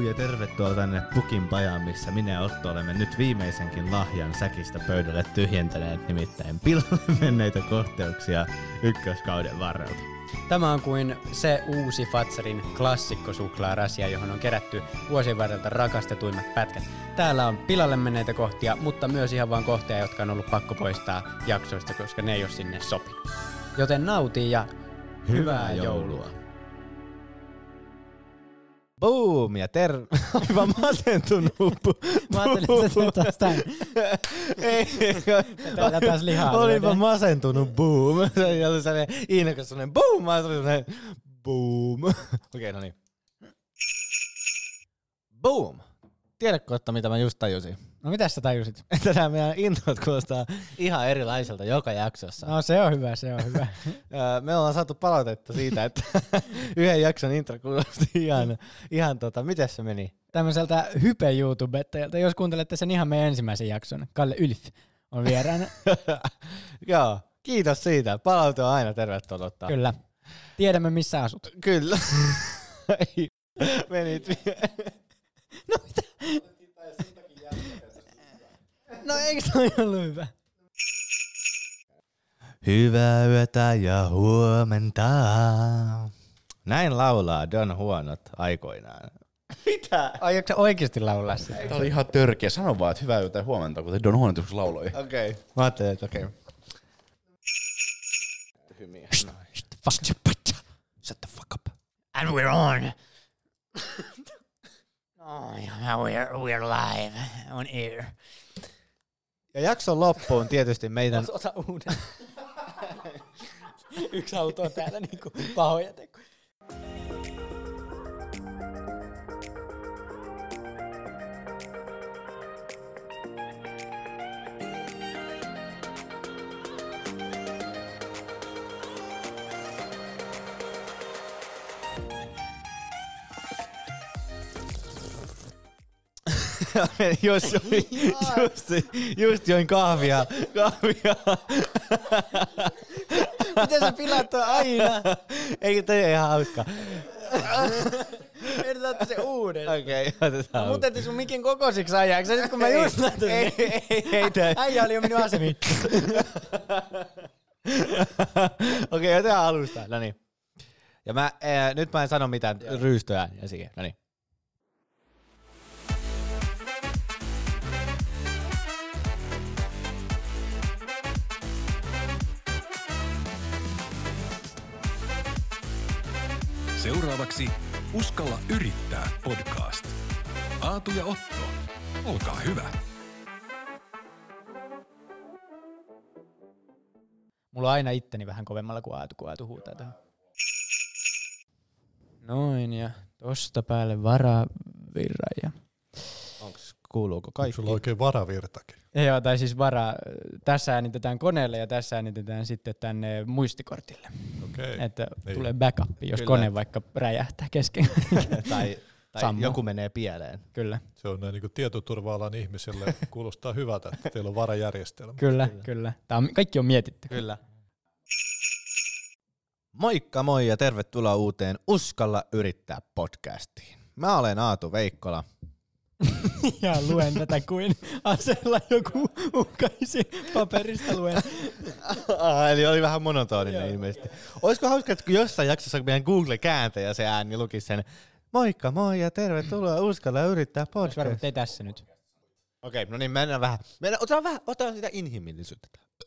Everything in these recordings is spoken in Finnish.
ja tervetuloa tänne Pukin pajaan, missä minä ja Otto olemme nyt viimeisenkin lahjan säkistä pöydälle tyhjentäneet, nimittäin pilalle menneitä kohteuksia ykköskauden varrelta. Tämä on kuin se uusi Fatsarin klassikkosuklaarasia, johon on kerätty vuosien varrelta rakastetuimmat pätkät. Täällä on pilalle menneitä kohtia, mutta myös ihan vaan kohtia, jotka on ollut pakko poistaa jaksoista, koska ne ei ole sinne sopinut. Joten nauti ja hyvää joulua! Boom! Ja aivan masentunut. Mä ajattelin, että se taas tän. Ei. Täällä taas lihaa. Olipa masentunut. Boom. Se oli sellainen innokas sellainen boom. Mä olin sellainen boom. Okei, no niin. Boom! Tiedätkö, että mitä mä just tajusin? No mitäs sä tajusit? Että nämä meidän introt kuulostaa ihan erilaiselta joka jaksossa. No se on hyvä, se on hyvä. Me ollaan saatu palautetta siitä, että yhden jakson intro kuulosti ihan miten se meni? Tämmöiseltä hype-YouTubettajalta, jos kuuntelette sen ihan meidän ensimmäisen jakson. Kalle Ylf on vieraana. Joo, kiitos siitä. Palaute on aina tervetullut. Kyllä. Tiedämme missä asut. Kyllä. Menit No mitä? No eikö toi ollut hyvä? Hyvää yötä ja huomenta. Näin laulaa Don Huonot aikoinaan. Mitä? Aiotko sä oikeesti laulaa sitä? Tää oli ihan törkeä. Sano vaan, että hyvää yötä ja huomenta, kuten Don Juan joskus lauloi. Okei. Mä ajattelin, että okei. Shut the fuck up. And we're on. Oh, we're live on air. Ja jakson loppuun tietysti meidän... Ota uuden. Yksi auto on täällä niinku pahoja tekoja. just join kahvia. Miten sä pilaat tuon aina? Eikö toi ihan hauska? Edetään se uuden. Okei, otetaan. Mä muutettiin sun mikin kokoisiksi ajaksi, sit kun mä just näytän. Ei. Äijä oli jo mennyt asemiin. Okei, otetaan alusta. Noniin. Ja nyt mä en sano mitään ryystöä ja siihen. Noniin. Seuraavaksi Uskalla yrittää podcast. Aatu ja Otto, olkaa hyvä. Mulla on aina itteni vähän kovemmalla kuin Aatu huutaa tähän. Noin ja tosta päälle varavirra ja... Kuuluuko kaikki? Sulla on oikein varavirtakin. Joo, tai siis tässä äänitetään koneelle ja tässä äänitetään sitten tänne muistikortille. Okei. Että niin. tulee backup, jos kone vaikka räjähtää kesken. tai joku menee pieleen. Kyllä. Se on näin niin kuin tietoturva-alan ihmiselle kuulostaa hyvältä, että teillä on varajärjestelmä. Kyllä. Kaikki on mietitty. Kyllä. Moikka moi ja tervetuloa uuteen Uskalla yrittää podcastiin. Mä olen Aatu Veikkola. Ja luen tätä kuin aseella joku uhkaisi paperista luen. Eli oli vähän monotoninen ilmeisesti. Olisiko hauska, että kun jossain jaksossa meidän Google-kääntäjä se ääni luki sen moikka moi ja tervetuloa Uskalla yrittää podcastiin. Ei tässä nyt. Okei, no niin otetaan sitä inhimillisyyttä.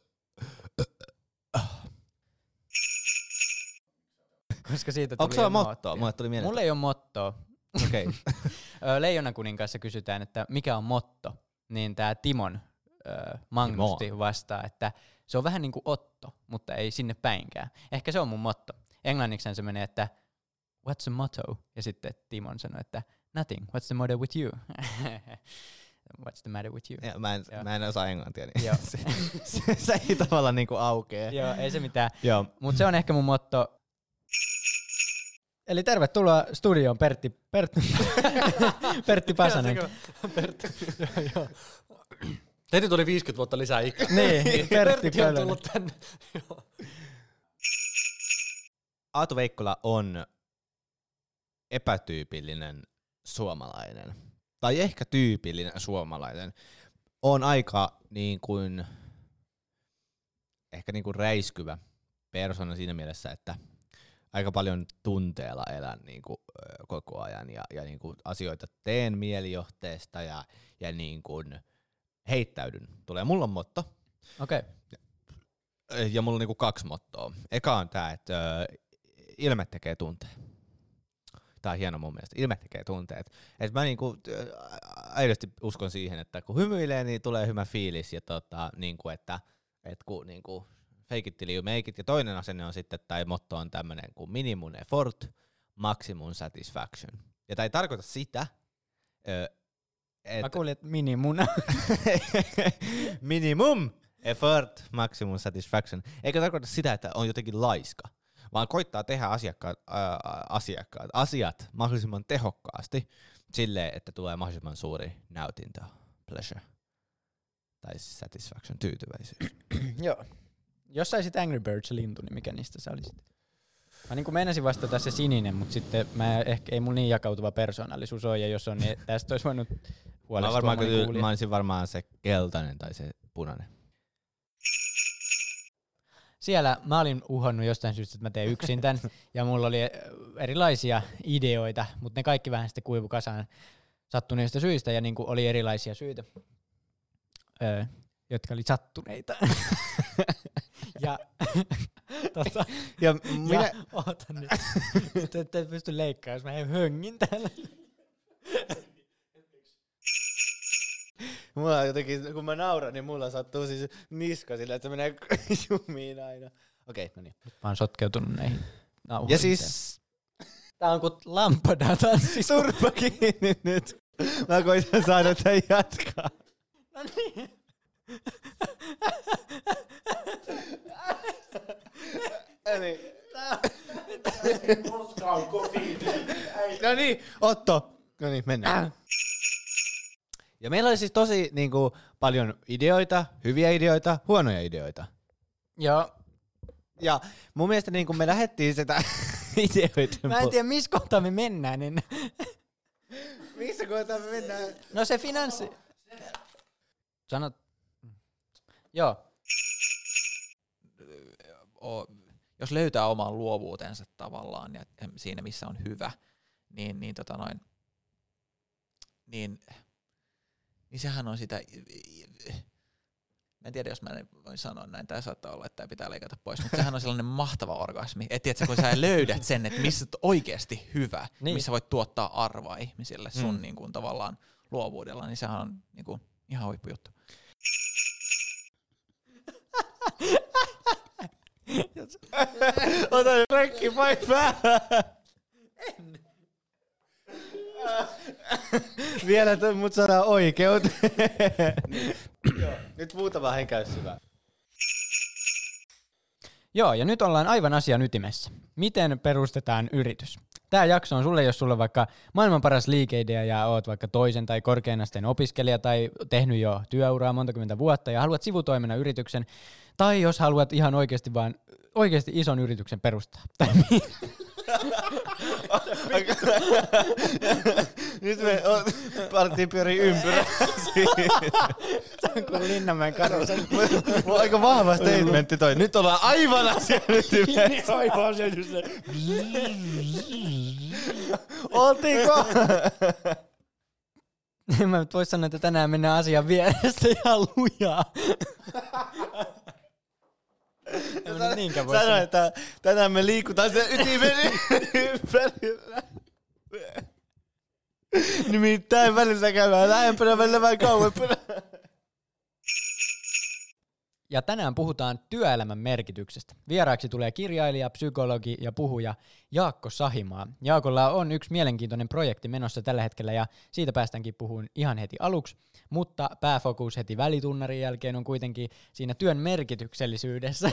Koska siitä onko sulla mottoa? Mulle tuli mieleen. Mulla ei ole mottoa. Okei. Leijonan kuninkaassa kysytään, että mikä on motto, niin tää Timon Magnusti vastaa, että se on vähän niin kuin Otto, mutta ei sinne päinkään. Ehkä se on mun motto. Englanniksi se menee, että what's the motto? Ja sitten Timon sanoo, että nothing, what's the matter with you? What's the matter with you? Ja, mä en osaa englantia, niin Joo. se ei tavallaan niinku aukee. Joo, ei se mitään. Joo. Mutta se on ehkä mun motto. Eli tervetuloa studioon Pertti Pasanen. Joo. Teitä tuli 50 vuotta lisää ikää. Niin, Pertti on tullut tänne. Aatu Veikkola on epätyypillinen suomalainen, tai ehkä tyypillinen suomalainen, on aika niin kuin, ehkä niin kuin räiskyvä persona siinä mielessä, että aika paljon tunteella elän niin kuin, koko ajan ja niin kuin asioita teen mielijohteesta ja niin kuin heittäydyn. Mulla on motto. Okei. Ja mulla on niinku 2 mottoa. Eka on tää, että ilme tekee tunteet. Tää on hieno mun mielestä. Ilme tekee tunteet. Et mä niinku aidosti uskon siihen, että kun hymyilee, niin tulee hyvä fiilis. Ja niinku, että kun niinku fake it till you make it. Ja toinen asenne on sitten, tai motto on tämmönen kuin minimum effort, maximum satisfaction. Ja tää ei tarkoita sitä, mä kuulin, että minimuna. Minimum effort, maximum satisfaction. Eikä tarkoita sitä, että on jotenkin laiska, vaan koittaa tehdä asiat mahdollisimman tehokkaasti silleen, että tulee mahdollisimman suuri nautinto, pleasure, tai satisfaction, tyytyväisyys. Joo. Jos saisit Angry Birds-lintu, niin mikä niistä sä olisit? Mä niin kuin meinasin vastata se sininen, mutta sitten ei mulla niin jakautuva persoonallisuus ole, ja jos on, niin tästä olisi voinut huolestua moni kuulija. Mä olisin varmaan se keltainen tai se punainen. Siellä mä olin uhannut jostain syystä, että mä teen yksin tän, ja mulla oli erilaisia ideoita, mutta ne kaikki vähän sitten kuivu kasaan sattuneista syistä, ja niin kuin oli erilaisia syitä, jotka oli sattuneita. ja minä ootan nyt. Nyt et pysty leikkaamaan, jos mä en höngin täällä. Mulla jotenkin, kun mä nauran, niin mulla sattuu siis niska sillä, että se menee jumiin aina. Okei, no niin. Mä oon sotkeutunut näihin nauhoihin. Ja siis tää on kuin lampada-tanssi. Surpa kiinni nyt. Mä koitan saada tän jatkaa. No niin. No niin, Otto. No niin, mennään. Ja meillä oli siis tosi niinku paljon ideoita, hyviä ideoita, huonoja ideoita. Joo. Ja mun mielestä niinku me lähdettiin sitä ideoita. Mä en tiedä, missä kohtaa me mennään. Niin missä kohtaa me mennään? No se finanssi. Sanot. Joo. Jos löytää oman luovuutensa tavallaan ja siinä missä on hyvä, niin sehän on sitä, mä en tiedä jos mä voin sanoa näin, tää saattaa olla, että tää pitää leikata pois, mutta sehän on sellainen mahtava orgasmi, että tiiätkö, kun sä löydät sen, että missä on oikeasti hyvä, niin. Missä voit tuottaa arvoa ihmisille sun niin kuin, tavallaan luovuudella, niin sehän on niin kuin, ihan huippujuttu. Ota rekki päähän. Vielä mut saadaan oikeuteen. Nyt muutama henkäys syvä. Joo, ja nyt ollaan aivan asian ytimessä. Miten perustetaan yritys? Tää jakso on sulle, jos sulla on vaikka maailman paras liikeidea ja oot vaikka toisen tai korkean asteen opiskelija tai tehnyt jo työuraa monta kymmentä vuotta ja haluat sivutoimena yrityksen, tai jos haluat ihan oikeasti ison yrityksen perustaa. Nyt me partiin pyörii ympyrä. Se on kuin Linnanmäen karussa. Mulla on aika vahva statementti toi. Nyt ollaan aivan asian ytimessä. Aivan asian ytimessä. Oltiinko? Mä nyt vois sanoa, että tänään mennään asian vierestä ihan lujaa. Sano, että tänään me liikutaan sen ytimen ympärillä. Nimittäin välillä käydään lähempänä, välillä vähän kauempana. Ja tänään puhutaan työelämän merkityksestä. Vieraaksi tulee kirjailija, psykologi ja puhuja Jaakko Sahimaa. Jaakolla on yksi mielenkiintoinen projekti menossa tällä hetkellä ja siitä päästäänkin puhumaan ihan heti aluksi. Mutta pääfokus heti välitunnarin jälkeen on kuitenkin siinä työn merkityksellisyydessä.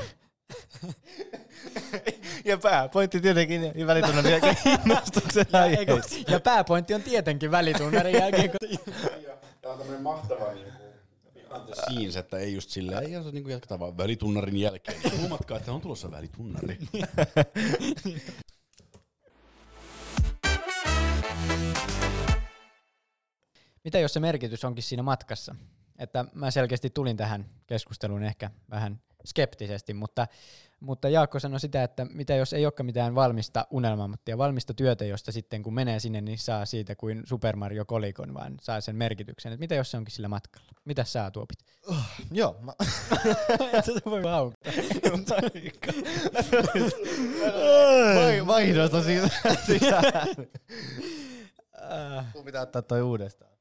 Ja pääpointti tietenkin välitunnarin jälkeen innostuksen aiheessa. Ja pääpointti on tietenkin välitunnarin jälkeen. Tämä on tämmöinen mahtava scenes, että ei just silleen, ei jos niin jatketaan vaan välitunnarin jälkeen. Huomatkaa, että on tulossa välitunnari. Mitä jos se merkitys onkin siinä matkassa? Että mä selkeästi tulin tähän keskusteluun ehkä vähän skeptisesti, mutta Jaakko sanoi sitä, että mitä jos ei olekaan mitään valmista unelmamattia, valmista työtä, josta sitten kun menee sinne, niin saa siitä kuin Super Mario kolikon, vaan saa sen merkityksen. Että mitä jos se onkin sillä matkalla? Mitä sä tuopit? Joo. Se voi haukkaa. Vaihdosta sisään. Sun pitää ottaa toi uudestaan.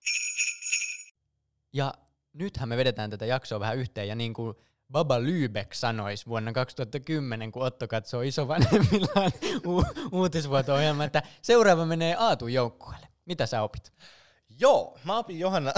Ja nythän me vedetään tätä jaksoa vähän yhteen, ja niin kuin Baba Lübeck sanoisi vuonna 2010, kun Otto katsoo isovanhemmillaan uutisvuoto-ohjelma, että seuraava menee Aatun joukkueelle. Mitä sä opit? Joo, mä opin Johanna.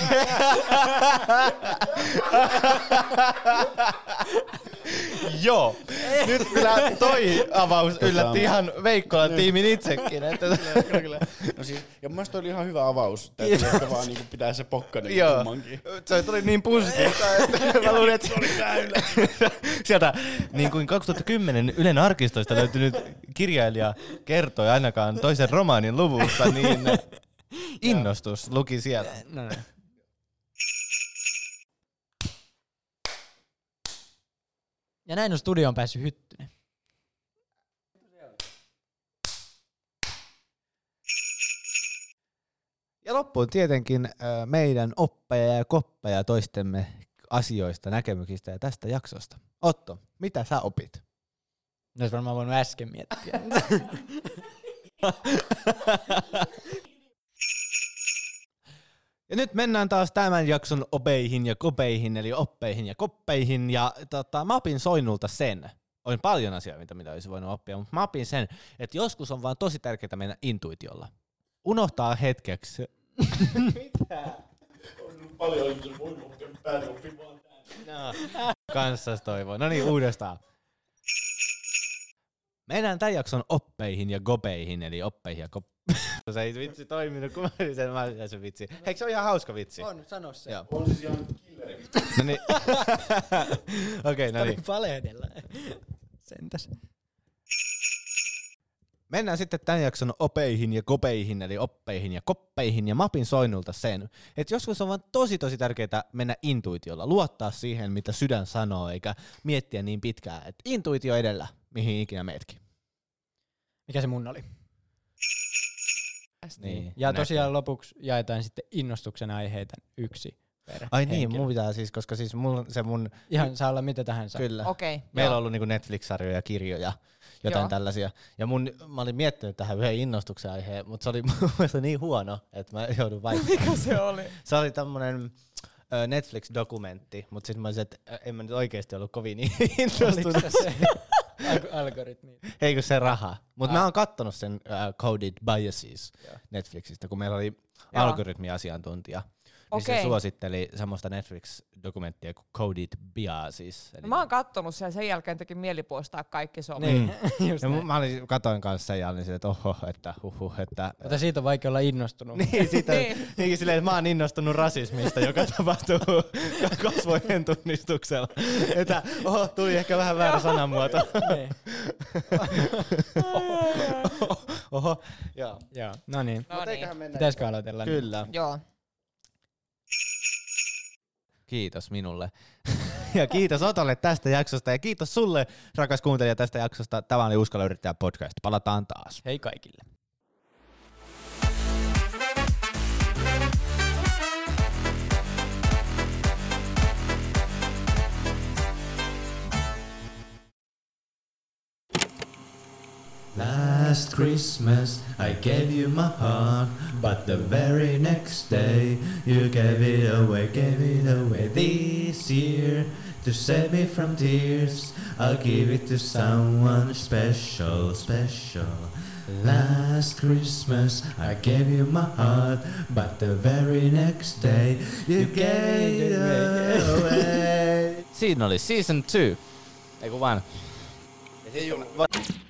Joo, nyt kyllä toi avaus yllätti ihan Veikkolan tiimin itsekin. Kyllä. No siis, ja mun mielestä toi oli ihan hyvä avaus. Täytyy ehkä vaan niinku pitää se pokkanen kummankin. Se tuli niin puskista, että mä luulin, että se oli täynnä. Sieltä niin kuin 2010 Ylen arkistoista löytynyt kirjailija kertoi ainakaan toisen romaanin luvusta, niin innostus luki siellä. No. Ja näin on studioon päässyt Hyttynen. Ja loppuun tietenkin meidän oppeja ja koppeja toistemme asioista, näkemyksistä ja tästä jaksosta. Otto, mitä sä opit? No olisi varmaan voinut äsken miettiä. Ja nyt mennään taas tämän jakson opeihin ja kopeihin, eli oppeihin ja koppeihin. Ja mä opin Soinulta sen. On paljon asioita, mitä olisi voinut oppia, mutta mä opin sen, että joskus on vaan tosi tärkeää mennä intuitiolla. Unohtaa hetkeksi. Mitä? On paljon ihmisiä voinut oppia, päätä oppimaan No, kanssas toivoo. No niin, uudestaan. Mennään tämän jakson oppeihin ja gopeihin, eli oppeihin ja se ei vitsi toiminut, kun mä olin sen vitsi. Eikö se ole ihan hauska vitsi? On, sano se. Joo. On siis ihan killeri. No niin. Okei, no niin. Valehdella. Sentäs. Mennään sitten tämän jakson opeihin ja kopeihin, eli oppeihin ja koppeihin, ja mä opin Soinulta sen, että joskus on vaan tosi tärkeää mennä intuitiolla, luottaa siihen, mitä sydän sanoo, eikä miettiä niin pitkään, että intuitio edellä, mihin ikinä meetkin. Mikä se mun oli? Niin, ja tosiaan lopuksi jaetaan sitten innostuksen aiheita yksi per Ai henkilö. niin, mun pitää siis, koska siis mun Ihan saa olla mitä tahansa. Kyllä. Okei. Meillä on ollut niinku Netflix-sarjoja, kirjoja, jotain Joo. tällaisia. Ja mä olin miettinyt tähän yhden innostuksen aiheen, mutta se oli mun mielestä niin huono, että mä joudun vaihtamaan. Mikä se oli? Se oli tämmönen Netflix-dokumentti, mutta sitten mä olisin, että en mä nyt oikeesti ollut kovin innostunut. Oliko se algoritmi? Eikö se raha? Mutta mä oon kattonut sen Coded Biases Netflixistä, kun meillä oli algoritmiasiantuntija. Niin se suositteli semmoista Netflix-dokumenttia kuin Coded Biases. No, mä oon kattonut sen ja sen jälkeen teki mieli poistaa kaikki some. Niin, just Ja näin. mä katoin kanssa sen ja olin silleen, että oho, että että... Mutta siitä on vaikea olla innostunut. Niin, siitä Niin. niinkin silleen, että mä oon innostunut rasismista, joka tapahtuu kasvojen tunnistuksella. Että oho, tuli ehkä vähän väärä sanamuoto. Niin. Oho, joo. Joo, no niin. No niin. Pitäisikö aloitella? Kyllä. Joo. Kiitos minulle. Ja kiitos Otolle tästä jaksosta ja kiitos sulle, rakas kuuntelija, tästä jaksosta. Tämä oli Uskalla yrittää podcast. Palataan taas. Hei kaikille. Last Christmas I gave you my heart, but the very next day you gave it away this year. To save me from tears, I'll give it to someone special. Last Christmas I gave you my heart, but the very next day you gave it away. Siinä oli season 2. Eiku vaan.